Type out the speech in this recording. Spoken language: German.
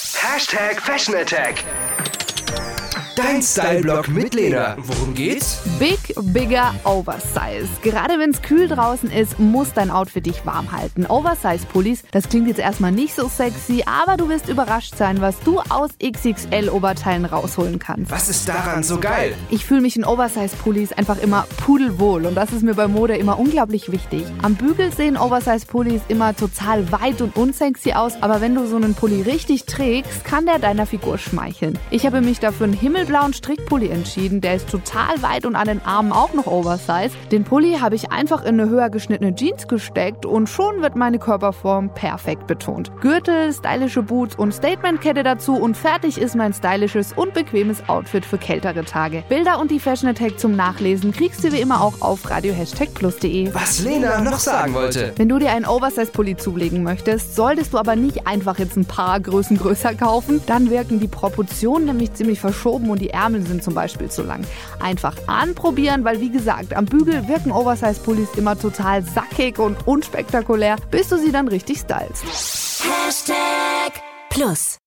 Fashion Attack. Dein Style-Blog mit Lena. Worum geht's? Big, bigger, oversize. Gerade wenn es kühl draußen ist, muss dein Outfit dich warm halten. Oversize-Pullis, das klingt jetzt erstmal nicht so sexy, aber du wirst überrascht sein, was du aus XXL-Oberteilen rausholen kannst. Was ist daran so geil? Ich fühle mich in Oversize-Pullis einfach immer pudelwohl und das ist mir bei Mode immer unglaublich wichtig. Am Bügel sehen Oversize-Pullis immer total weit und unsexy aus, aber wenn du so einen Pulli richtig trägst, kann der deiner Figur schmeicheln. Ich habe mich dafür einen himmelblauen Strickpulli entschieden, der ist total weit und an den Armen auch noch Oversize. Den Pulli habe ich einfach in eine höher geschnittene Jeans gesteckt und schon wird meine Körperform perfekt betont. Gürtel, stylische Boots und Statementkette dazu und fertig ist mein stylisches und bequemes Outfit für kältere Tage. Bilder und die Fashion Attack zum Nachlesen kriegst du wie immer auch auf radio++de. Was Lena noch sagen wollte. Wenn du dir einen Oversize-Pulli zulegen möchtest, solltest du aber nicht einfach jetzt ein paar Größen größer kaufen. Dann wirken die Proportionen nämlich ziemlich verschoben und die Ärmel sind zum Beispiel zu lang. Einfach anprobieren, weil wie gesagt, am Bügel wirken Oversize-Pullis immer total sackig und unspektakulär, bis du sie dann richtig stylst. #Plus